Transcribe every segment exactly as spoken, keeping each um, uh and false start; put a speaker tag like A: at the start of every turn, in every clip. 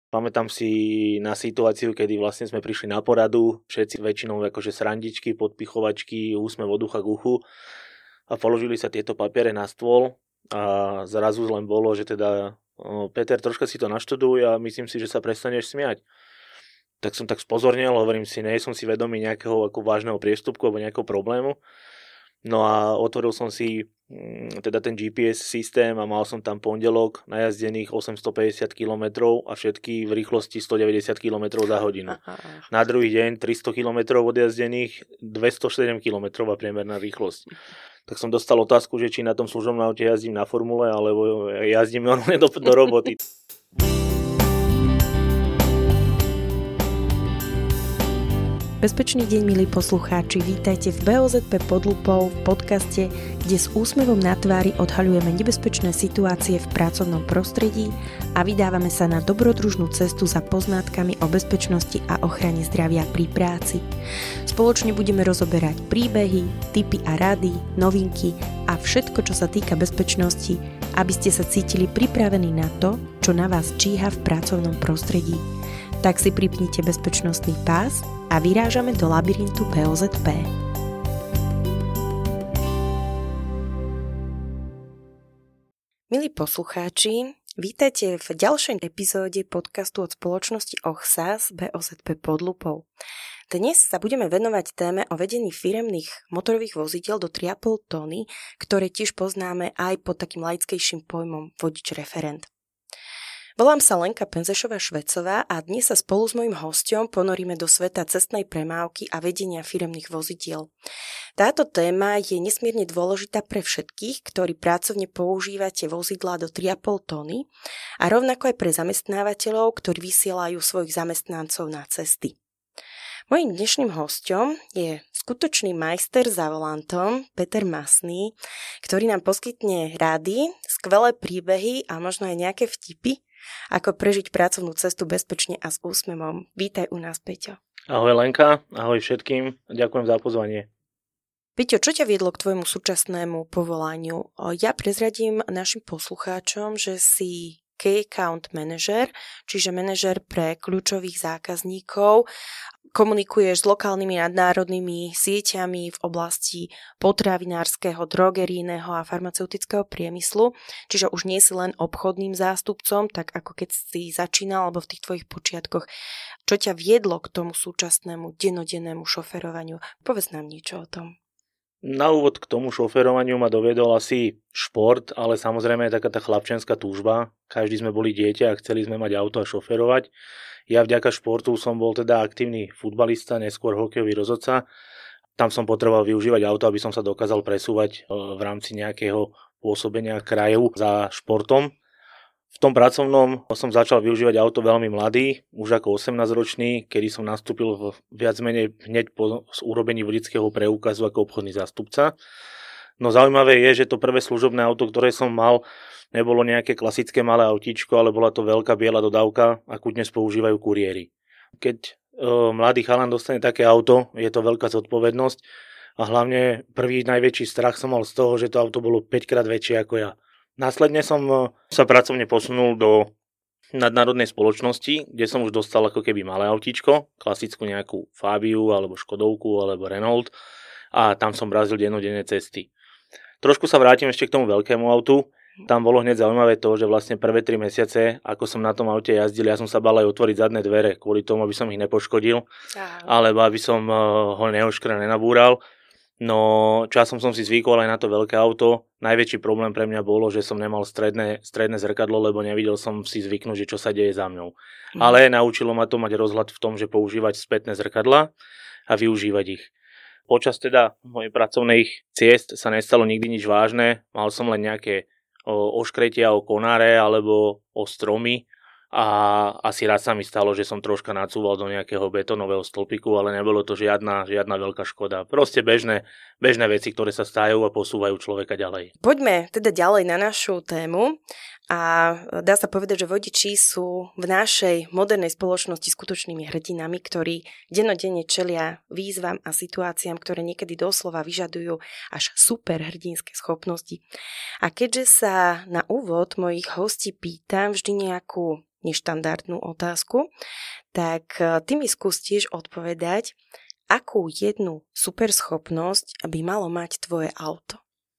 A: Pamätám si na situáciu, kedy vlastne sme prišli na poradu, všetci väčšinou akože srandičky, podpichovačky, úsmev od ucha k uchu a položili sa tieto papiere na stôl a zrazu len bolo, že teda Peter, troška si to naštuduj a myslím si, že sa prestaneš smiať. Tak som tak spozornil, hovorím si, nie som si vedomý nejakého ako vážneho priestupku alebo nejakého problému. No a otvoril som si teda ten G P S systém a mal som tam pondelok najazdených osemstopäťdesiat kilometrov a všetky v rýchlosti stodeväťdesiat kilometrov za hodinu. Na druhý deň tristo kilometrov odjazdených, dvestosedem kilometrov priemerná rýchlosť. Tak som dostal otázku, že či na tom služobnom aute jazdím na formule, alebo jazdím normálne do, do roboty.
B: Bezpečný deň, milí poslucháči, vítajte v bé ó zet pé pod lupou, v podcaste, kde s úsmevom na tvári odhaľujeme nebezpečné situácie v pracovnom prostredí a vydávame sa na dobrodružnú cestu za poznátkami o bezpečnosti a ochrane zdravia pri práci. Spoločne budeme rozoberať príbehy, tipy a rady, novinky a všetko, čo sa týka bezpečnosti, aby ste sa cítili pripravení na to, čo na vás číha v pracovnom prostredí. Tak si pripnite bezpečnostný pás a vyrážame do labyrintu bé ó zet pé. Milí poslucháči, vítajte v ďalšej epizóde podcastu od spoločnosti ó há es á es bé ó zet pé pod lupou. Dnes sa budeme venovať téme o vedení firemných motorových vozidiel do tri a pol tóny, ktoré tiež poznáme aj pod takým laickejším pojmom vodič referent. Volám sa Lenka Penzešová-Švecová a dnes sa spolu s mojím hosťom ponoríme do sveta cestnej premávky a vedenia firemných vozidiel. Táto téma je nesmierne dôležitá pre všetkých, ktorí pracovne používate vozidlá do tri a pol tóny a rovnako aj pre zamestnávateľov, ktorí vysielajú svojich zamestnancov na cesty. Mojím dnešným hosťom je skutočný majster za volantom Peter Masný, ktorý nám poskytne rady, skvelé príbehy a možno aj nejaké vtipy, ako prežiť pracovnú cestu bezpečne a s úsmevom. Vítaj u nás, Peťo.
A: Ahoj Lenka, ahoj všetkým, ďakujem za pozvanie.
B: Peťo, čo ťa viedlo k tvojmu súčasnému povolaniu? Ja prezradím našim poslucháčom, že si Key Account Manager, čiže manažer pre kľúčových zákazníkov. Komunikuješ s lokálnymi nadnárodnými sieťami v oblasti potravinárskeho, drogerijného a farmaceutického priemyslu, čiže už nie si len obchodným zástupcom, tak ako keď si začínal alebo v tých tvojich počiatkoch. Čo ťa viedlo k tomu súčasnému dennodennému šoferovaniu? Povedz nám niečo o tom.
A: Na úvod k tomu šoferovaniu ma doviedol asi šport, ale samozrejme aj taká tá chlapčenská túžba. Každý sme boli dieťa a chceli sme mať auto a šoferovať. Ja vďaka športu som bol teda aktívny futbalista, neskôr hokejový rozhodca. Tam som potreboval využívať auto, aby som sa dokázal presúvať v rámci nejakého pôsobenia kraju za športom. V tom pracovnom som začal využívať auto veľmi mladý, už ako osemnásťročný, kedy som nastúpil v viac menej hneď po urobení vodičského preukazu ako obchodný zástupca. No zaujímavé je, že to prvé služobné auto, ktoré som mal, nebolo nejaké klasické malé autíčko, ale bola to veľká biela dodávka, akú dnes používajú kuriéri. Keď e, mladý chalan dostane také auto, je to veľká zodpovednosť a hlavne prvý najväčší strach som mal z toho, že to auto bolo päťkrát väčšie ako ja. Následne som sa pracovne posunul do nadnárodnej spoločnosti, kde som už dostal ako keby malé autíčko, klasickú nejakú Fabiu alebo Škodovku alebo Renault a tam som razil dennodenné cesty. Trošku sa vrátim ešte k tomu veľkému autu. Tam bolo hneď zaujímavé to, že vlastne prvé tri mesiace, ako som na tom aute jazdil, ja som sa bál aj otvoriť zadné dvere kvôli tomu, aby som ich nepoškodil, Aha. alebo aby som ho neoškra nenabúral. No časom som si zvykol aj na to veľké auto. Najväčší problém pre mňa bolo, že som nemal stredné, stredné zrkadlo, lebo nevidel som si zvyknúť, že čo sa deje za mnou. Mm. Ale naučilo ma to mať rozhľad v tom, že používať spätné zrkadlá a využívať ich. Počas teda mojej pracovnej ciest sa nestalo nikdy nič vážne. Mal som len nejaké o, oškretia o konáre alebo o stromy a asi raz sa mi stalo, že som troška nacúval do nejakého betónového stĺpiku, ale nebolo to žiadna, žiadna veľká škoda. Proste bežné, bežné veci, ktoré sa stávajú a posúvajú človeka ďalej.
B: Poďme teda ďalej na našu tému. A dá sa povedať, že vodiči sú v našej modernej spoločnosti skutočnými hrdinami, ktorí dennodenne čelia výzvam a situáciám, ktoré niekedy doslova vyžadujú až super hrdinské schopnosti. A keďže sa na úvod mojich hostí pýtam vždy nejakú neštandardnú otázku, tak ty mi skús tiež odpovedať, akú jednu superschopnosť by malo mať tvoje auto?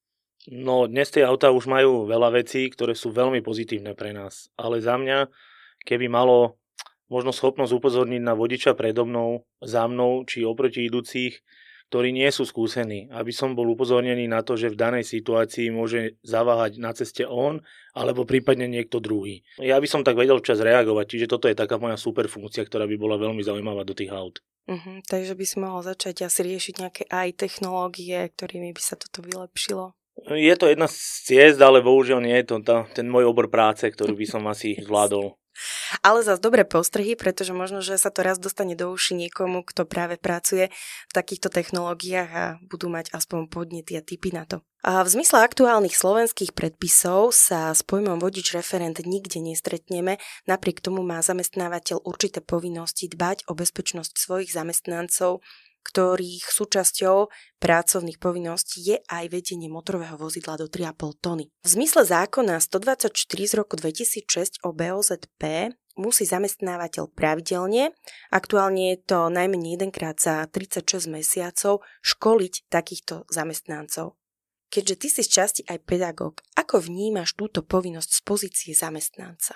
A: No, dnes tie autá už majú veľa vecí, ktoré sú veľmi pozitívne pre nás. Ale za mňa, keby malo možno schopnosť upozorniť na vodiča predo mnou, za mnou, či oproti idúcich, ktorí nie sú skúsení, aby som bol upozornený na to, že v danej situácii môže zaváhať na ceste on, alebo prípadne niekto druhý. Ja by som tak vedel včas reagovať, čiže toto je taká moja super funkcia, ktorá by bola veľmi zaujímavá do tých aut.
B: Uh-huh, takže by si mohol začať asi riešiť nejaké aj technológie, ktorými by sa toto vylepšilo.
A: Je to jedna z ciest, ale bohužiaľ nie je to tá, ten môj obor práce, ktorý by som asi zvládol.
B: Ale zase dobré postrehy, pretože možno, že sa to raz dostane do uši niekomu, kto práve pracuje v takýchto technológiách a budú mať aspoň podnety a tipy na to. A v zmysle aktuálnych slovenských predpisov sa s pojmom vodič referent nikde nestretneme, napriek tomu má zamestnávateľ určité povinnosti dbať o bezpečnosť svojich zamestnancov, ktorých súčasťou pracovných povinností je aj vedenie motorového vozidla do tri a pol tony. V zmysle zákona stodvadsaťštyri z roku dvetisícšesť o bé o zet pé musí zamestnávateľ pravidelne, aktuálne je to najmenej jedenkrát za tridsaťšesť mesiacov, školiť takýchto zamestnancov. Keďže ty si z časti aj pedagóg, ako vnímaš túto povinnosť z pozície zamestnanca?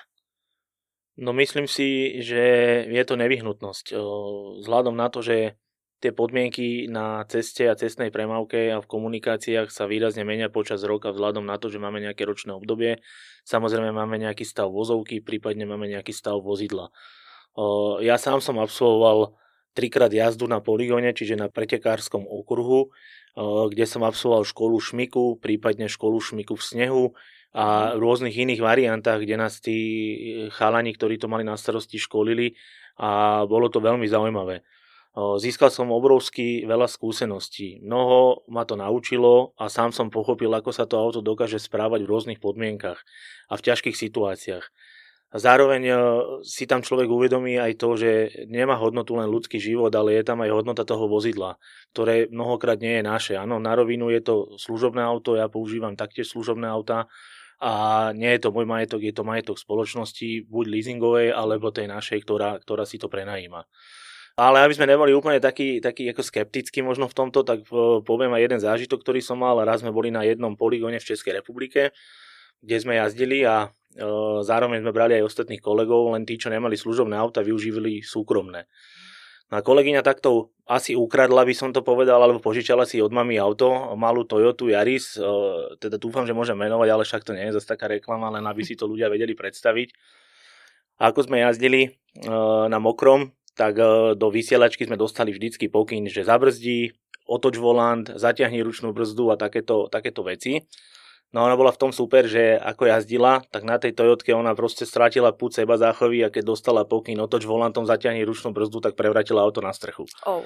A: No myslím si, že je to nevyhnutnosť. Vzhľadom na to, že tie podmienky na ceste a cestnej premávke a v komunikáciách sa výrazne menia počas roka vzhľadom na to, že máme nejaké ročné obdobie. Samozrejme máme nejaký stav vozovky, prípadne máme nejaký stav vozidla. Ja sám som absolvoval trikrát jazdu na poligóne, čiže na pretekárskom okruhu, kde som absolvoval školu šmiku, prípadne školu šmiku v snehu a v rôznych iných variantách, kde nás tí chalani, ktorí to mali na starosti, školili a bolo to veľmi zaujímavé. Získal som obrovsky veľa skúseností. Mnoho ma to naučilo a sám som pochopil, ako sa to auto dokáže správať v rôznych podmienkach a v ťažkých situáciách. A zároveň si tam človek uvedomí aj to, že nemá hodnotu len ľudský život, ale je tam aj hodnota toho vozidla, ktoré mnohokrát nie je naše. Áno, na rovinu je to služobné auto, ja používam taktiež služobné auta a nie je to môj majetok, je to majetok spoločnosti, buď leasingovej, alebo tej našej, ktorá, ktorá si to prenajíma. Ale aby sme neboli úplne takí, takí ako skeptickí možno v tomto, tak poviem aj jeden zážitok, ktorý som mal. Raz sme boli na jednom poligóne v Českej republike, kde sme jazdili a e, zároveň sme brali aj ostatných kolegov, len tí, čo nemali služobné auta, využívali súkromné. No a kolegyňa takto asi ukradla, by som to povedal, alebo požičala si od mami auto, malú Toyotu Yaris, e, teda dúfam, že môžem menovať, ale však to nie je zase taká reklama, len aby si to ľudia vedeli predstaviť. A ako sme jazdili e, na mokrom, tak do vysielačky sme dostali vždycky pokyn, že zabrzdí, otoč volant, zatiahni ručnú brzdu a takéto, takéto veci. No ona bola v tom super, že ako jazdila, tak na tej Toyotke ona proste strátila púd seba záchovy a keď dostala pokyn otoč volantom, zatiahni ručnú brzdu, tak prevratila auto na strechu.
B: Oh.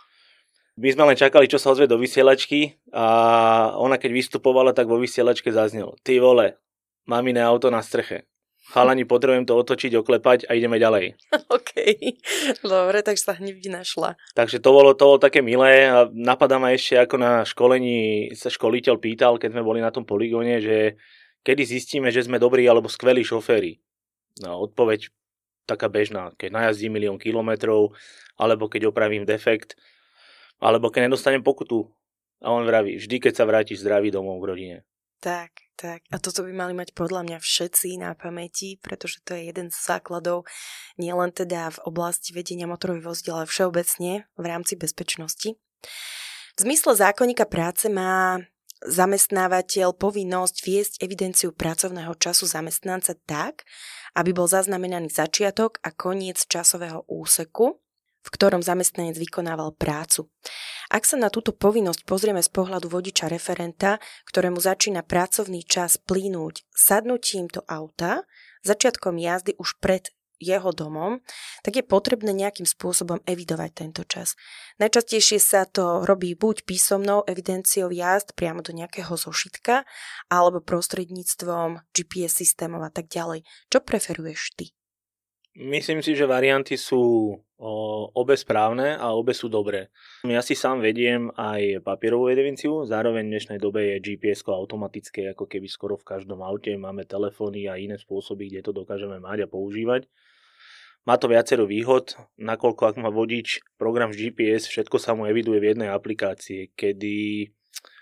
A: My sme len čakali, čo sa ozve do vysielačky a ona keď vystupovala, tak vo vysielačke zaznelo: Ty vole, mamine auto na streche. Chalani, potrebujem to otočiť, oklepať a ideme ďalej.
B: OK, dobre, takže sa hneď našla.
A: Takže to bolo, to bolo také milé a napadá ma ešte, ako na školení sa školiteľ pýtal, keď sme boli na tom poligóne, že kedy zistíme, že sme dobrí alebo skvelí šoféri. No, odpoveď taká bežná, keď najazdím milión kilometrov, alebo keď opravím defekt, alebo keď nedostanem pokutu. A on vraví, vždy keď sa vrátiš zdravý domov k rodine.
B: Tak, tak. A toto by mali mať podľa mňa všetci na pamäti, pretože to je jeden z základov nielen teda v oblasti vedenia motorových vozidiel, ale všeobecne v rámci bezpečnosti. V zmysle zákonníka práce má zamestnávateľ povinnosť viesť evidenciu pracovného času zamestnanca tak, aby bol zaznamenaný začiatok a koniec časového úseku, v ktorom zamestnanec vykonával prácu. Ak sa na túto povinnosť pozrieme z pohľadu vodiča referenta, ktorému začína pracovný čas plynúť sadnutím do auta, začiatkom jazdy už pred jeho domom, tak je potrebné nejakým spôsobom evidovať tento čas. Najčastejšie sa to robí buď písomnou evidenciou jazd priamo do nejakého zošitka, alebo prostredníctvom G P S systémov a tak ďalej. Čo preferuješ ty?
A: Myslím si, že varianty sú O, obe správne a obe sú dobré. Ja si sám vediem aj papierovú evidenciu, zároveň v dnešnej dobe je gé pé esko automatické, ako keby skoro v každom aute, máme telefóny a iné spôsoby, kde to dokážeme mať a používať. Má to viacero výhod, nakoľko ak má vodič program z gé pé es, všetko sa mu eviduje v jednej aplikácii, kedy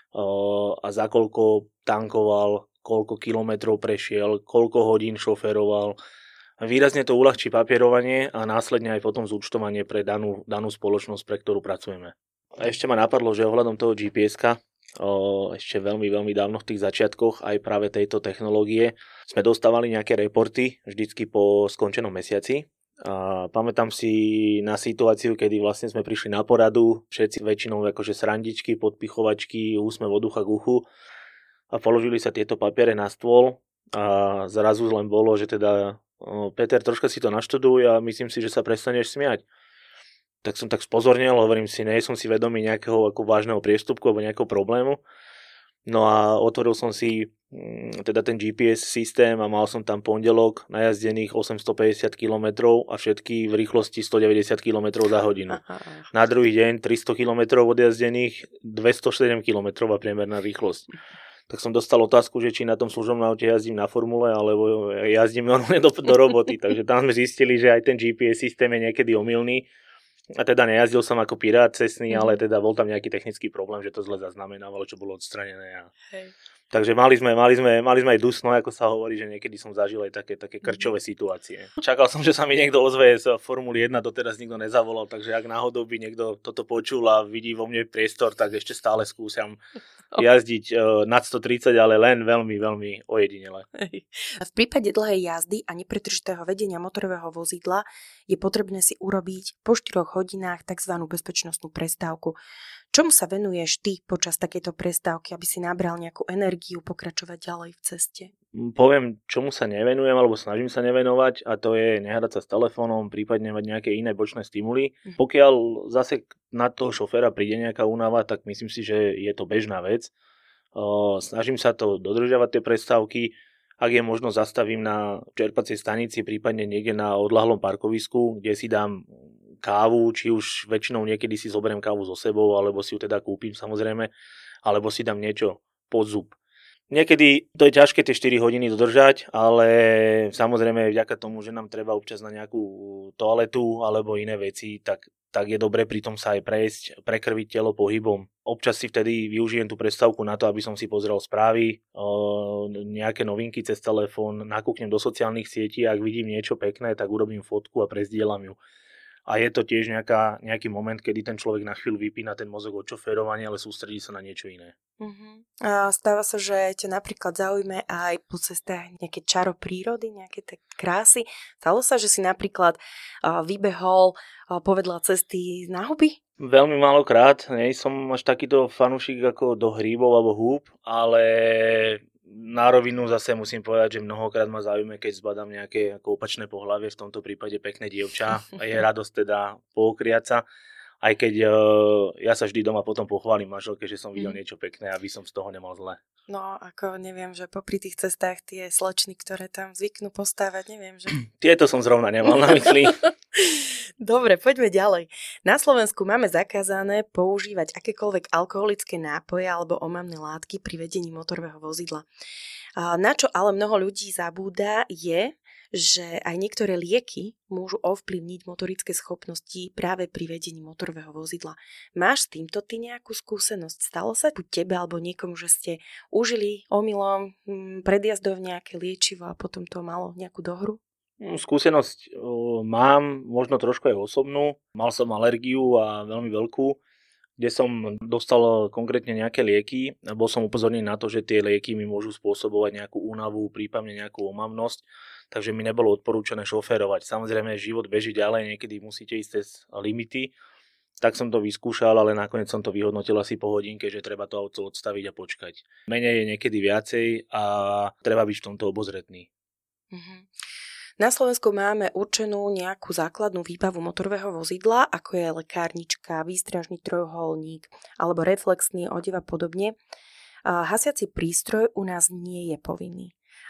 A: o, a za koľko tankoval, koľko kilometrov prešiel, koľko hodín šoferoval. Výrazne to uľahčí papierovanie a následne aj potom zúčtovanie pre danú, danú spoločnosť, pre ktorú pracujeme. A ešte ma napadlo, že ohľadom toho gé pé eska, o, ešte veľmi, veľmi dávno v tých začiatkoch aj práve tejto technológie sme dostávali nejaké reporty vždycky po skončenom mesiaci. A pamätám si na situáciu, kedy vlastne sme prišli na poradu, všetci väčšinou akože srandičky, podpichovačky, úsmev od ucha k uchu a položili sa tieto papiere na stôl a zrazu len bolo, že teda Peter, troška si to naštuduj a myslím si, že sa prestaneš smiať. Tak som tak spozornil, hovorím si, nie som si vedomý nejakého ako vážneho priestupku alebo nejakého problému. No a otvoril som si teda ten gé pé es systém a mal som tam pondelok najazdených osemstopäťdesiat kilometrov a všetky v rýchlosti stodeväťdesiat kilometrov za hodinu. Na druhý deň tristo kilometrov odjazdených, dvestosedem kilometrov priemerná rýchlosť. Tak som dostal otázku, že či na tom služobnom aute jazdím na formule, alebo jazdím normálne do, do roboty. Takže tam sme zistili, že aj ten gé pé es systém je niekedy omylný. A teda nejazdil som ako pirát cestný, mm. ale teda bol tam nejaký technický problém, že to zle zaznamenávalo, čo bolo odstranené. A... Hej. Takže mali sme, mali, sme, mali sme aj dusno, ako sa hovorí, že niekedy som zažil aj také, také krčové situácie. Čakal som, že sa mi niekto ozve z Formuly jeden, doteraz nikto nezavolal, takže ak náhodou by niekto toto počul a vidí vo mne priestor, tak ešte stále skúšam jazdiť uh, nad stotridsať, ale len veľmi, veľmi ojedinele.
B: V prípade dlhej jazdy a nepretržitého vedenia motorového vozidla je potrebné si urobiť po štyroch hodinách tzv. Bezpečnostnú prestávku. Čomu sa venuješ ty počas takejto prestávky, aby si nabral nejakú energiu pokračovať ďalej v ceste?
A: Poviem, čomu sa nevenujem, alebo snažím sa nevenovať, a to je nehrať sa s telefónom, prípadne mať nejaké iné bočné stimuly. Mm. Pokiaľ zase na toho šoféra príde nejaká únava, tak myslím si, že je to bežná vec. Snažím sa to dodržiavať tie prestávky. Ak je možno, zastavím na čerpacej stanici, prípadne niekde na odľahlom parkovisku, kde si dám kávu, či už väčšinou niekedy si zoberiem kávu so sebou, alebo si ju teda kúpim samozrejme, alebo si dám niečo pod zub. Niekedy to je ťažké tie štyri hodiny dodržať, ale samozrejme vďaka tomu, že nám treba občas na nejakú toaletu alebo iné veci, tak, tak je dobre pri tom sa aj prejsť, prekrviť telo pohybom. Občas si vtedy využijem tú prestávku na to, aby som si pozrel správy, nejaké novinky cez telefón, nakúknem do sociálnych sietí a ak vidím niečo pekné, tak urobím fotku a prezdielam ju. A je to tiež nejaká, nejaký moment, kedy ten človek na chvíľu vypína ten mozog od šoférovania, ale sústredí sa na niečo iné. Uh-huh.
B: A stáva sa, že ťa napríklad zaujme aj po cestách nejaké čaro prírody, nejaké tak krásy. Stalo sa, že si napríklad uh, vybehol uh, povedla cesty na huby?
A: Veľmi málokrát. Nie som až takýto fanúšik ako do hríbov alebo húb, ale na rovinu zase musím povedať, že mnohokrát ma zaujíma, keď zbadám nejaké ako opačné pohlavie, v tomto prípade pekné dievča. A je radosť teda pookriať sa. Aj keď uh, ja sa vždy doma potom pochválim manželke, že som videl mm. niečo pekné, aby som z toho nemal zle.
B: No, ako neviem, že popri tých cestách tie slečny, ktoré tam zvyknú postávať, neviem, že...
A: Tieto som zrovna nemal na mysli.
B: Dobre, poďme ďalej. Na Slovensku máme zakázané používať akékoľvek alkoholické nápoje alebo omamné látky pri vedení motorového vozidla. Na čo ale mnoho ľudí zabúda je, že aj niektoré lieky môžu ovplyvniť motorické schopnosti práve pri vedení motorového vozidla. Máš s týmto ty nejakú skúsenosť? Stalo sa tu tebe alebo niekomu, že ste užili omylom pred jazdou nejaké liečivo a potom to malo nejakú dohru?
A: Skúsenosť mám, možno trošku aj osobnú. Mal som alergiu a veľmi veľkú, kde som dostal konkrétne nejaké lieky. Bol som upozornený na to, že tie lieky mi môžu spôsobovať nejakú únavu, prípadne nejakú omamnosť, takže mi nebolo odporúčané šoférovať. Samozrejme, život beží ďalej, niekedy musíte ísť cez limity. Tak som to vyskúšal, ale nakoniec som to vyhodnotil asi po hodinke, že treba to auto odstaviť a počkať. Menej je niekedy viacej a treba byť v tomto obozretný.
B: Mhm. Na Slovensku máme určenú nejakú základnú výbavu motorového vozidla, ako je lekárnička, výstražný trojuholník alebo reflexný odev a podobne. Hasiaci prístroj u nás nie je povinný.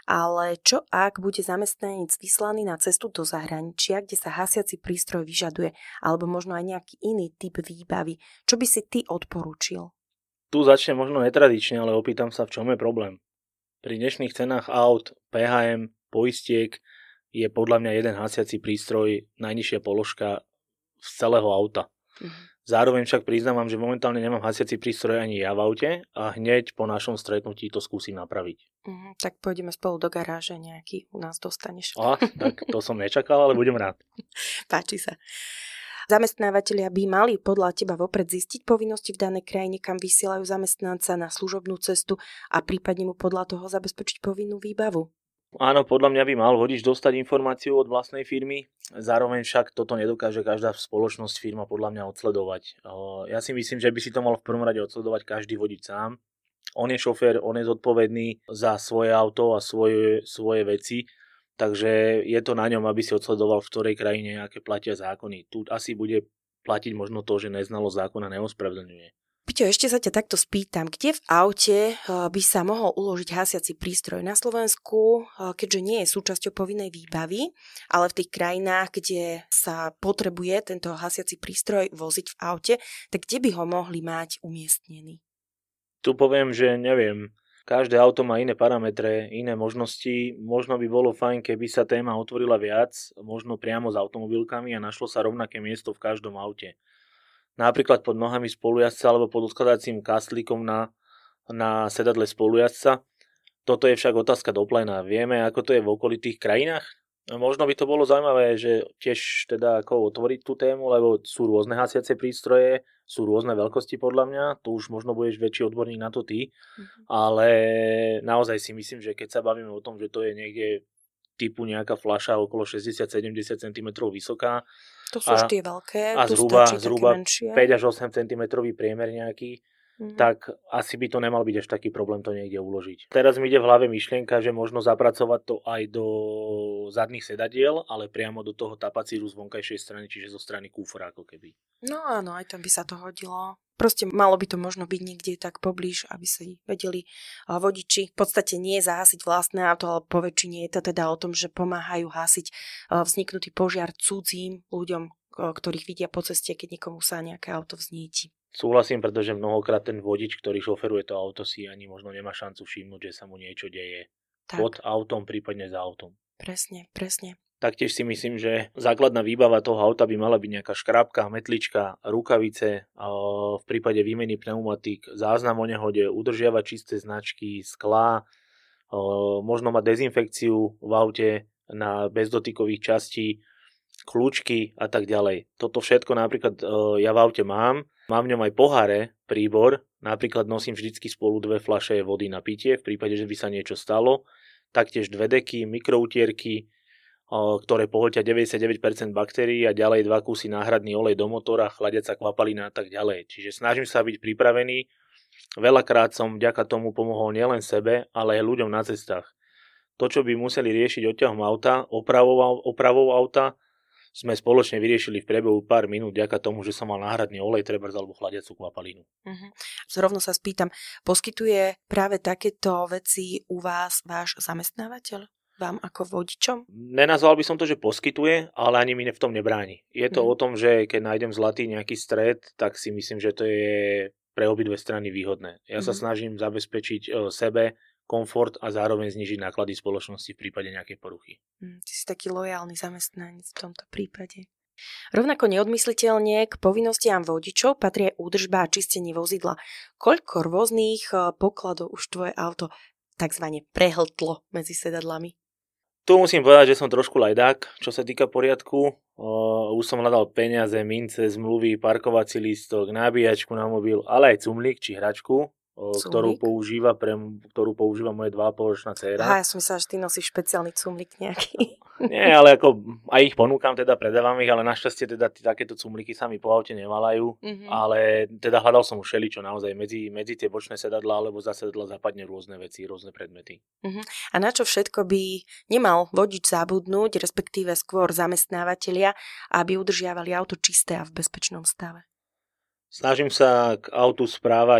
B: Ale čo ak bude zamestnanec vyslaný na cestu do zahraničia, kde sa hasiaci prístroj vyžaduje, alebo možno aj nejaký iný typ výbavy? Čo by si ty odporúčil?
A: Tu začne možno netradične, ale opýtam sa, v čom je problém. Pri dnešných cenách aut, pé há em, poistiek je podľa mňa jeden hasiaci prístroj najnižšia položka z celého auta. Mhm. Zároveň však priznávam, že momentálne nemám hasiaci prístroj ani ja v aute a hneď po našom stretnutí to skúsim napraviť.
B: Mm, tak pôjdeme spolu do garáže, nejaký u nás dostaneš.
A: A, tak to som nečakal, ale budem rád.
B: Páči sa. Zamestnávateľia by mali podľa teba vopred zistiť povinnosti v danej krajine, kam vysielajú zamestnanca na služobnú cestu a prípadne mu podľa toho zabezpečiť povinnú výbavu.
A: Áno, podľa mňa by mal vodič dostať informáciu od vlastnej firmy, zároveň však toto nedokáže každá spoločnosť, firma podľa mňa odsledovať. Ja si myslím, že by si to mal v prvom rade odsledovať každý vodič sám. On je šofér, on je zodpovedný za svoje auto a svoje, svoje veci, takže je to na ňom, aby si odsledoval, v ktorej krajine aké platia zákony. Tu asi bude platiť možno to, že neznalosť zákona neospravedlňuje.
B: Peťo, ešte sa ťa takto spýtam, kde v aute by sa mohol uložiť hasiaci prístroj? Na Slovensku, keďže nie je súčasťou povinnej výbavy, ale v tých krajinách, kde sa potrebuje tento hasiaci prístroj voziť v aute, tak kde by ho mohli mať umiestnený?
A: Tu poviem, že neviem. Každé auto má iné parametre, iné možnosti. Možno by bolo fajn, keby sa téma otvorila viac, možno priamo s automobilkami a našlo sa rovnaké miesto v každom aute. Napríklad pod nohami spolujazdca alebo pod odkladacím kastlíkom na, na sedadle spolujazdca. Toto je však otázka do pléna. Vieme, ako to je v okolitých krajinách? Možno by to bolo zaujímavé, že tiež teda ako otvoriť tú tému, lebo sú rôzne hasiace prístroje, sú rôzne veľkosti podľa mňa, tu už možno budeš väčší odborník na to ty, mm-hmm. ale naozaj si myslím, že keď sa bavíme o tom, že to je niekde typu nejaká fľaša okolo šesťdesiat až sedemdesiat centimetrov vysoká,
B: to sú už tie veľké,
A: a
B: tu
A: zhruba,
B: stačí
A: zhruba
B: menšie.
A: päť až osem centimetrov priemer nejaký, mm-hmm. tak asi by to nemal byť až taký problém to niekde uložiť. Teraz mi ide v hlave myšlienka, že možno zapracovať to aj do zadných sedadiel, ale priamo do toho tapacíru z vonkajšej strany, čiže zo strany kufra ako keby.
B: No áno, aj tam by sa to hodilo. Proste malo by to možno byť niekde tak poblíž, aby si vedeli vodiči v podstate nie zahasiť vlastné auto, ale po väčšine je to teda o tom, že pomáhajú hasiť vzniknutý požiar cudzím ľuďom, ktorých vidia po ceste, keď niekomu sa nejaké auto vznieti.
A: Súhlasím, pretože mnohokrát ten vodič, ktorý šoferuje to auto, si ani možno nemá šancu všimnúť, že sa mu niečo deje tak. Pod autom, prípadne za autom.
B: Presne, presne.
A: Taktiež si myslím, že základná výbava toho auta by mala byť nejaká škrábka, metlička, rukavice, v prípade výmeny pneumatík, záznam o nehode, udržiavať čisté značky, sklá, možno mať dezinfekciu v aute na bezdotykových častí, kľúčky a tak ďalej. Toto všetko napríklad ja v aute mám. Mám v ňom aj poháre, príbor, napríklad nosím vždycky spolu dve fľaše vody na pitie, v prípade, že by sa niečo stalo. Taktiež dve deky, mikroutierky, ktoré pohltia deväťdesiatdeväť percent baktérií a ďalej dva kusy náhradný olej do motora, chladiaca kvapalina a tak ďalej. Čiže snažím sa byť pripravený. Veľakrát som vďaka tomu pomohol nielen sebe, ale aj ľuďom na cestách. To, čo by museli riešiť odťahom auta, opravou, opravou auta, sme spoločne vyriešili v priebehu pár minút vďaka tomu, že som mal náhradný olej, trebárs alebo chladiacu kvapalinu. Uh-huh.
B: Zrovna sa spýtam, poskytuje práve takéto veci u vás váš zamestnávateľ? Vám ako vodičom?
A: Nenazval by som to, že poskytuje, ale ani mi v tom nebráni. Je to mm. o tom, že keď nájdem zlatý nejaký stred, tak si myslím, že to je pre obidve strany výhodné. Ja mm. sa snažím zabezpečiť sebe komfort a zároveň znižiť náklady spoločnosti v prípade nejakej poruchy.
B: Mm, ty si taký lojálny zamestnanec v tomto prípade. Rovnako neodmysliteľne k povinnostiam vodičov patrí aj údržba a čistenie vozidla. Koľko rôznych pokladov už tvoje auto takzvané prehltlo medzi sedadlami?
A: Tu musím povedať, že som trošku lajdák, čo sa týka poriadku. Uh, už som hľadal peniaze, mince, zmluvy, parkovací lístok, nabíjačku na mobil, ale aj cumlik či hračku, uh, ktorú používa, pre, ktorú používa moje dva a pol ročná dcéra.
B: Aha, ja som myslela, že ty nosíš špeciálny cumlik nejaký.
A: Nie, ale ako aj ich ponúkam, teda predávam ich, ale našťastie teda t- takéto cumliky sa mi po aute nevalajú, mm-hmm. ale teda hľadal som už všeličo naozaj medzi, medzi tie bočné sedadlá, alebo za sedadla zapadne rôzne veci, rôzne predmety.
B: Mm-hmm. A na čo všetko by nemal vodič zabudnúť, respektíve skôr zamestnávateľia, aby udržiavali auto čisté a v bezpečnom stave?
A: Snažím sa k autu správať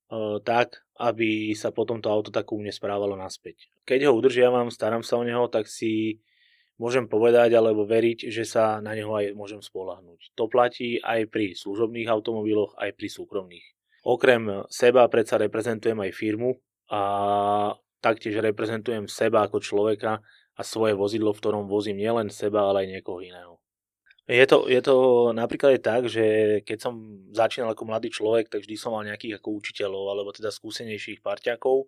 A: tak, aby sa potom to auto tak u mne správalo naspäť. Keď ho udržiavam, starám sa o neho, tak si môžem povedať alebo veriť, že sa na neho aj môžem spoľahnúť. To platí aj pri služobných automobiloch, aj pri súkromných. Okrem seba predsa reprezentujem aj firmu a taktiež reprezentujem seba ako človeka a svoje vozidlo, v ktorom vozím nielen seba, ale aj niekoho iného. Je to, je to napríklad aj tak, že keď som začínal ako mladý človek, tak vždy som mal nejakých ako učiteľov, alebo teda skúsenejších parťákov.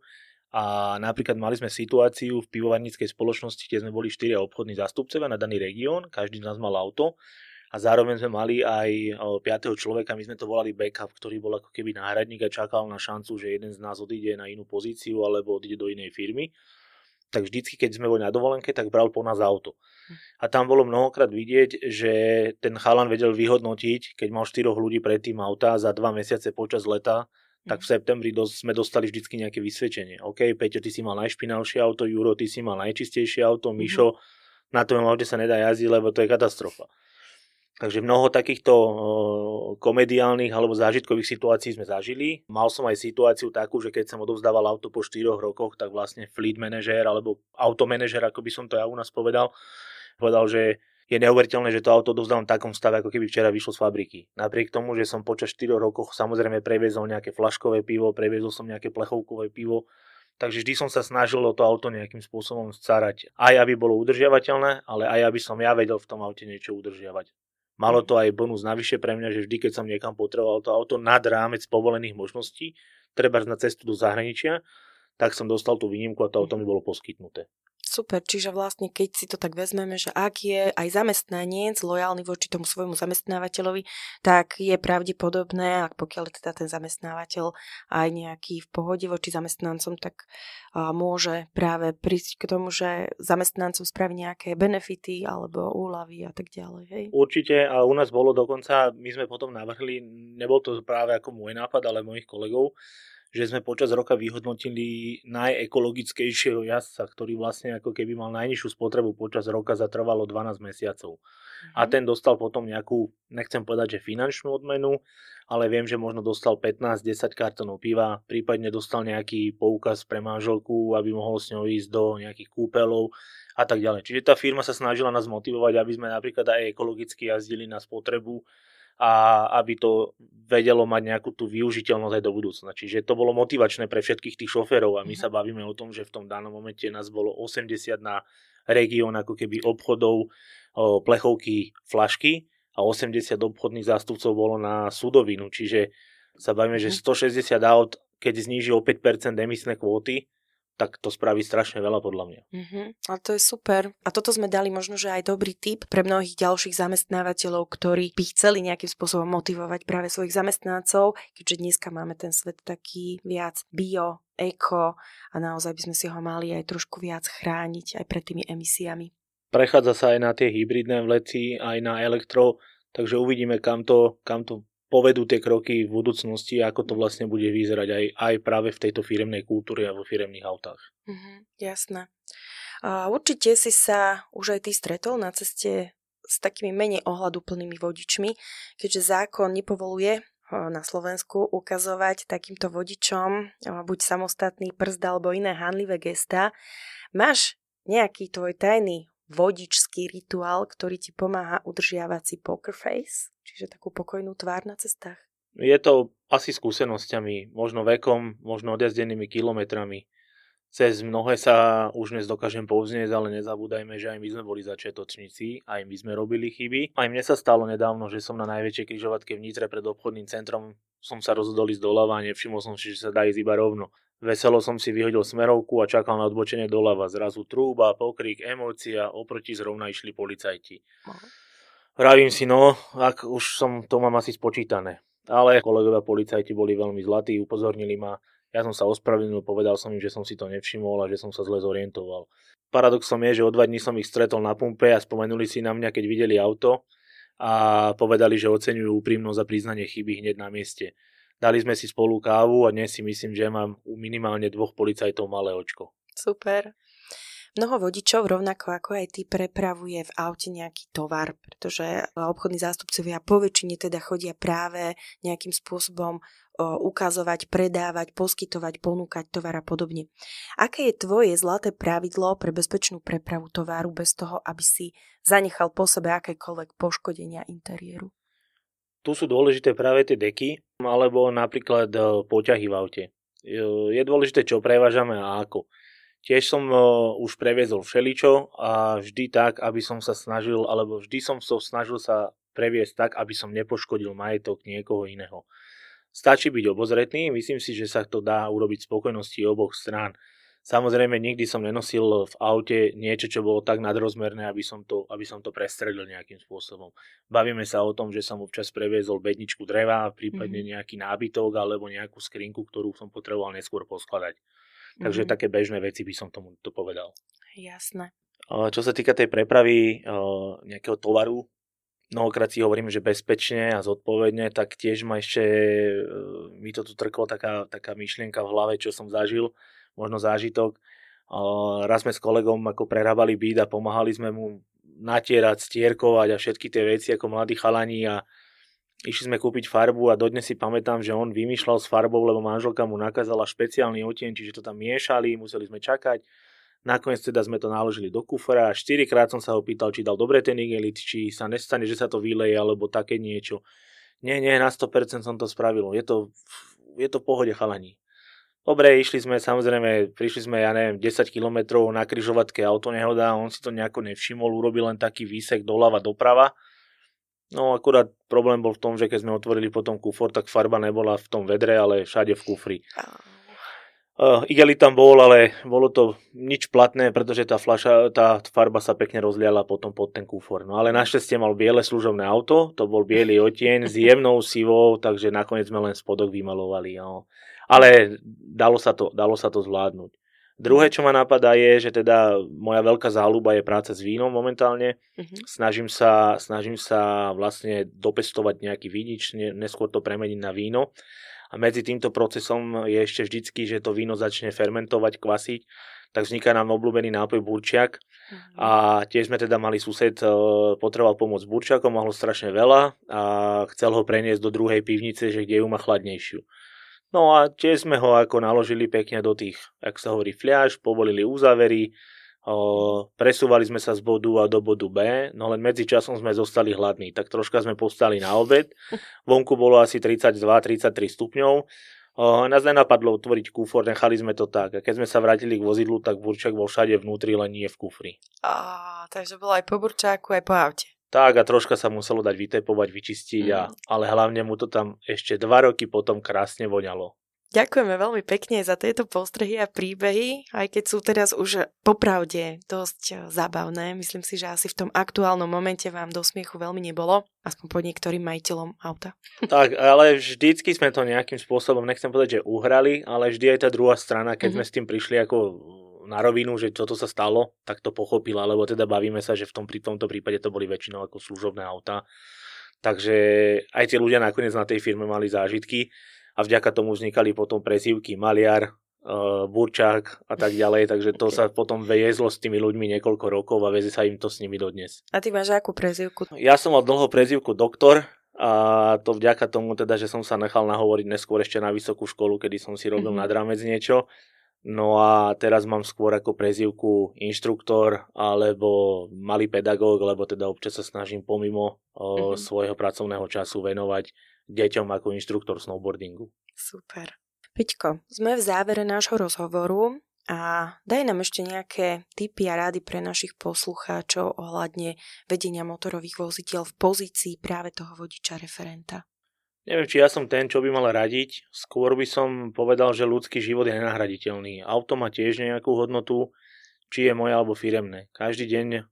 A: A napríklad mali sme situáciu v pivovarníckej spoločnosti, kde sme boli štyria obchodní zástupcovia na daný región, každý z nás mal auto a zároveň sme mali aj piateho človeka, my sme to volali backup, ktorý bol ako keby náhradník a čakal na šancu, že jeden z nás odíde na inú pozíciu alebo odíde do inej firmy. Tak vždycky, keď sme boli na dovolenke, tak bral po nás auto. A tam bolo mnohokrát vidieť, že ten chalan vedel vyhodnotiť, keď mal štyroch ľudí predtým auta za dva mesiace počas leta, tak v septembri dos- sme dostali vždycky nejaké vysvedčenie. OK, Peťo, ty si mal najšpinavšie auto, Juro, ty si mal najčistejšie auto, Mišo, mm-hmm. na tom aute sa nedá jazdiť, lebo to je katastrofa. Takže mnoho takýchto uh, komediálnych alebo zážitkových situácií sme zažili. Mal som aj situáciu takú, že keď som odovzdával auto po štyroch rokoch, tak vlastne fleet manažér alebo automanažér, ako by som to ja u nás povedal, povedal, že je neuveriteľné, že to auto odovzdávam v takom stave, ako keby včera vyšlo z fabriky. Napriek tomu, že som počas štyroch rokov samozrejme previezol nejaké flaškové pivo, previezol som nejaké plechovkové pivo, takže vždy som sa snažil o to auto nejakým spôsobom starať. Aj aby bolo udržiavateľné, ale aj aby som ja vedel v tom aute niečo udržiavať. Malo to aj bonus navyše pre mňa, že vždy, keď som niekam potreboval to auto nad rámec povolených možností, treba na cestu do zahraničia, tak som dostal tú výnimku a to auto mi bolo poskytnuté.
B: Super, čiže vlastne keď si to tak vezmeme, že ak je aj zamestnanec lojálny voči tomu svojmu zamestnávateľovi, tak je pravdepodobné, ak pokiaľ je teda ten zamestnávateľ aj nejaký v pohode voči zamestnancom, tak a, môže práve prísť k tomu, že zamestnancom spraví nejaké benefity alebo úľavy a tak ďalej. Hej?
A: Určite a u nás bolo dokonca, my sme potom navrhli, nebol to práve ako môj nápad, ale mojich kolegov, že sme počas roka vyhodnotili najekologickejšieho jazdca, ktorý vlastne ako keby mal najnižšiu spotrebu počas roka za trvalo dvanásť mesiacov. Mm-hmm. A ten dostal potom nejakú, nechcem povedať, že finančnú odmenu, ale viem, že možno dostal pätnásť desať kartónov piva, prípadne dostal nejaký poukaz pre manželku, aby mohol s ňou ísť do nejakých kúpeľov a tak ďalej. Čiže tá firma sa snažila nás motivovať, aby sme napríklad aj ekologicky jazdili na spotrebu, a aby to vedelo mať nejakú tú využiteľnosť aj do budúcna. Čiže to bolo motivačné pre všetkých tých šoférov a my sa bavíme o tom, že v tom danom momente nás bolo osemdesiat na región ako keby obchodov, plechovky, flašky a osemdesiat obchodných zástupcov bolo na sudovinu. Čiže sa bavíme, že stošesťdesiat aut, keď zníži o päť percent emisné kvóty, tak to spraví strašne veľa podľa mňa.
B: Uh-huh. A to je super. A toto sme dali možno, že aj dobrý tip pre mnohých ďalších zamestnávateľov, ktorí by chceli nejakým spôsobom motivovať práve svojich zamestnancov, keďže dneska máme ten svet taký viac bio, eko a naozaj by sme si ho mali aj trošku viac chrániť aj pred tými emisiami.
A: Prechádza sa aj na tie hybridné vleci, aj na elektro, takže uvidíme, kam to, kam to povedú tie kroky v budúcnosti, ako to vlastne bude vyzerať aj, aj práve v tejto firemnej kultúre a vo firemných autách.
B: Mhm, jasné. A určite si sa už aj ty stretol na ceste s takými menej ohľaduplnými vodičmi, keďže zákon nepovoluje na Slovensku ukazovať takýmto vodičom buď samostatný prst alebo iné hanlivé gestá. Máš nejaký tvoj tajný vodičský rituál, ktorý ti pomáha udržiavať si poker face, čiže takú pokojnú tvár na cestách?
A: Je to asi skúsenosťami, možno vekom, možno odjazdenými kilometrami. Cez mnohé sa už dnes dokážem povznieť, ale nezabúdajme, že aj my sme boli začiatočníci, aj my sme robili chyby. Aj mne sa stalo nedávno, že som na najväčšej križovatke v Nitre pred obchodným centrom som sa rozhodol ísť doľava a nevšimol som si, že sa dá ísť iba rovno. Veselo som si vyhodil smerovku a čakal na odbočenie doľava. Zrazu trúba, pokrik, emócia, oproti zrovna išli policajti. Vravím si, no, ak už som to mám asi spočítané. Ale kolegovia policajti boli veľmi zlatí, upozornili ma. Ja som sa ospravedlnil, povedal som im, že som si to nevšimol a že som sa zle zorientoval. Paradoxom je, že o dva dní som ich stretol na pumpe a spomenuli si na mňa, keď videli auto a povedali, že oceňujú úprimnosť a priznanie chyby hneď na mieste. Dali sme si spolu kávu a dnes si myslím, že mám u minimálne dvoch policajtov malé očko.
B: Super. Mnoho vodičov, rovnako ako aj ty, prepravuje v aute nejaký tovar, pretože obchodní zástupcovia po väčšine teda chodia práve nejakým spôsobom ukazovať, predávať, poskytovať, ponúkať tovar a podobne. Aké je tvoje zlaté pravidlo pre bezpečnú prepravu tovaru bez toho, aby si zanechal po sebe akékoľvek poškodenia interiéru?
A: Tu sú dôležité práve tie deky, alebo napríklad poťahy v aute. Je dôležité, čo prevážame a ako. Tiež som už previezol všeličo a vždy tak, aby som sa snažil, alebo vždy som sa snažil sa previesť tak, aby som nepoškodil majetok niekoho iného. Stačí byť obozretný, myslím si, že sa to dá urobiť spokojnosti oboch strán. Samozrejme, nikdy som nenosil v aute niečo, čo bolo tak nadrozmerné, aby som to, aby som to prestrelil nejakým spôsobom. Bavíme sa o tom, že som občas previezol bedničku dreva, prípadne nejaký nábytok alebo nejakú skrinku, ktorú som potreboval neskôr poskladať. Takže mm-hmm. také bežné veci by som tomu to povedal.
B: Jasné.
A: Čo sa týka tej prepravy nejakého tovaru, mnohokrát si hovorím, že bezpečne a zodpovedne, tak tiež ma ešte, mi to tu trklo taká, taká myšlienka v hlave, čo som zažil, možno zážitok. Raz sme s kolegom ako prerábali byt a pomáhali sme mu natierať, stierkovať a všetky tie veci ako mladí chalani a išli sme kúpiť farbu a dodnes si pamätám, že on vymýšľal s farbou, lebo manželka mu nakázala špeciálny odtieň, čiže to tam miešali, museli sme čakať. Nakoniec teda sme to naložili do kufra a štyrikrát som sa ho pýtal, či dal dobre ten igelit, či sa nestane, že sa to vyleje alebo také niečo. Nie, nie, na sto percent som to spravil. Je to, je to v pohode, chalani. Dobre, išli sme, samozrejme, prišli sme, ja neviem, desať kilometrov na križovatke autonehoda, on si to nejako nevšimol, urobil len taký výsek doľava, doprava. No akurát problém bol v tom, že keď sme otvorili potom kufor, tak farba nebola v tom vedre, ale všade v kufri. Uh, igelit tam bol, ale bolo to nič platné, pretože tá fľaša, tá farba sa pekne rozliala potom pod ten kufor. No ale našťastie mal biele služobné auto, to bol biely odtieň s jemnou sivou, takže nakoniec sme len spodok vymalovali. No. Ale dalo sa to, dalo sa to zvládnuť. Druhé, čo ma napadá, je, že teda moja veľká záľuba je práca s vínom momentálne. Uh-huh. Snažím sa, snažím sa vlastne dopestovať nejaký vínič, neskôr to premeniť na víno. A medzi týmto procesom je ešte vždycky, že to víno začne fermentovať, kvasiť, tak vzniká nám obľúbený nápoj burčiak. Uh-huh. A tiež sme teda mali sused, potreboval pomôcť s burčiakom, mal ho strašne veľa a chcel ho preniesť do druhej pivnice, že kde ju má chladnejšiu. No a tiež sme ho ako naložili pekne do tých, jak sa hovorí, fľaš, povolili uzávery, o, presúvali sme sa z bodu A do bodu B, no len medzi časom sme zostali hladní, tak troška sme postali na obed, vonku bolo asi tridsaťdva tridsaťtri stupňov, o, nás nenapadlo otvoriť kufor, nechali sme to tak a keď sme sa vrátili k vozidlu, tak burčak bol všade vnútri, len nie v kufri.
B: Á, takže bolo aj po burčáku, aj po aute.
A: Tak a troška sa muselo dať vytepovať, vyčistiť, mm. a, ale hlavne mu to tam ešte dva roky potom krásne voňalo.
B: Ďakujeme veľmi pekne za tieto postrehy a príbehy, aj keď sú teraz už popravde dosť zábavné. Myslím si, že asi v tom aktuálnom momente vám do smiechu veľmi nebolo, aspoň pod niektorým majiteľom auta. Tak,
A: ale vždycky sme to nejakým spôsobom, nechcem povedať, že uhrali, ale vždy aj tá druhá strana, keď mm-hmm. sme s tým prišli ako na rovinu, že toto sa stalo, tak to pochopila, lebo teda bavíme sa, že v tom, pri tomto prípade to boli väčšinou ako služobné autá. Takže aj tí ľudia nakoniec na tej firme mali zážitky a vďaka tomu vznikali potom prezývky Maliar, uh, Burčák a tak ďalej, takže to okay. sa potom viezlo s tými ľuďmi niekoľko rokov a vezie sa im to s nimi dodnes.
B: A ty máš akú prezývku?
A: Ja som mal dlho prezývku doktor a to vďaka tomu teda, že som sa nechal nahovoriť neskôr ešte na vysokú školu, kedy som si robil mm-hmm. nad rámec niečo. No a teraz mám skôr ako prezývku inštruktor alebo malý pedagóg, lebo teda občas sa snažím pomimo mm-hmm. svojho pracovného času venovať deťom ako inštruktor snowboardingu.
B: Super. Peťko, sme v závere nášho rozhovoru a daj nám ešte nejaké tipy a rády pre našich poslucháčov ohľadne vedenia motorových vozidiel v pozícii práve toho vodiča referenta.
A: Neviem, či ja som ten, čo by mal radiť. Skôr by som povedal, že ľudský život je nenahraditeľný. Auto má tiež nejakú hodnotu, či je moje alebo firemné. Každý deň o,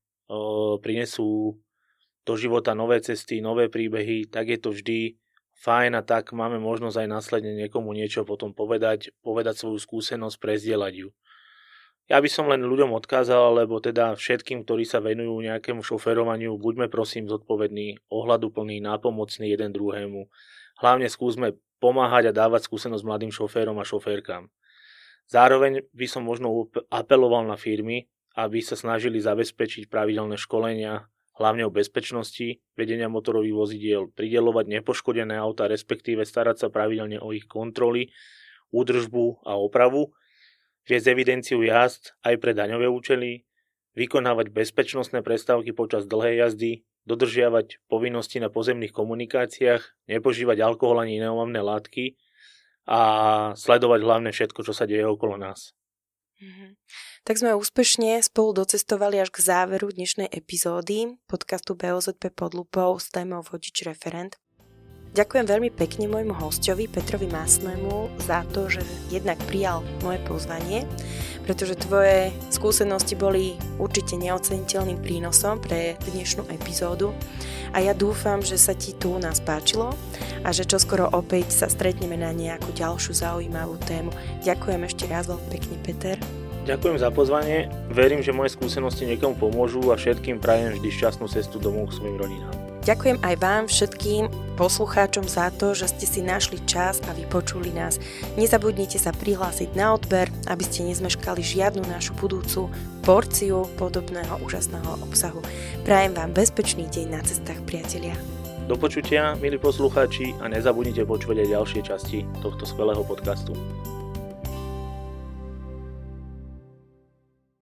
A: prinesú do života nové cesty, nové príbehy, tak je to vždy fajn a tak máme možnosť aj následne niekomu niečo potom povedať, povedať svoju skúsenosť, prezdieľať ju. Ja by som len ľuďom odkázal, lebo teda všetkým, ktorí sa venujú nejakému šoférovaniu, buďme prosím zodpovední, ohľaduplní, nápomocní jeden druhému. Hlavne skúsme pomáhať a dávať skúsenosť mladým šoférom a šoférkam. Zároveň by som možno apeloval na firmy, aby sa snažili zabezpečiť pravidelné školenia, hlavne o bezpečnosti vedenia motorových vozidiel, prideľovať nepoškodené auta, respektíve starať sa pravidelne o ich kontroly, údržbu a opravu, viesť evidenciu jazd aj pre daňové účely, vykonávať bezpečnostné prestávky počas dlhej jazdy, dodržiavať povinnosti na pozemných komunikáciách, nepožívať alkohol ani iné omamné látky a sledovať hlavne všetko, čo sa deje okolo nás.
B: Mm-hmm. Tak sme úspešne spolu docestovali až k záveru dnešnej epizódy podcastu bé o zet pé pod lupou s témou Vodič referent. Ďakujem veľmi pekne môjmu hosťovi Petrovi Masnému za to, že jednak prijal moje pozvanie, pretože tvoje skúsenosti boli určite neoceniteľným prínosom pre dnešnú epizódu a ja dúfam, že sa ti tu u nás páčilo a že čoskoro opäť sa stretneme na nejakú ďalšiu zaujímavú tému. Ďakujem ešte raz veľmi pekne, Peter.
A: Ďakujem za pozvanie, verím, že moje skúsenosti niekomu pomôžu a všetkým prajem vždy šťastnú cestu domov k svojim rodinám.
B: Ďakujem aj vám všetkým poslucháčom za to, že ste si našli čas a vypočuli nás. Nezabudnite sa prihlásiť na odber, aby ste nezmeškali žiadnu našu budúcu porciu podobného úžasného obsahu. Prajem vám bezpečný deň na cestách, priatelia.
A: Do počutia, milí poslucháči, a nezabudnite počúvať aj ďalšie časti tohto skvelého podcastu.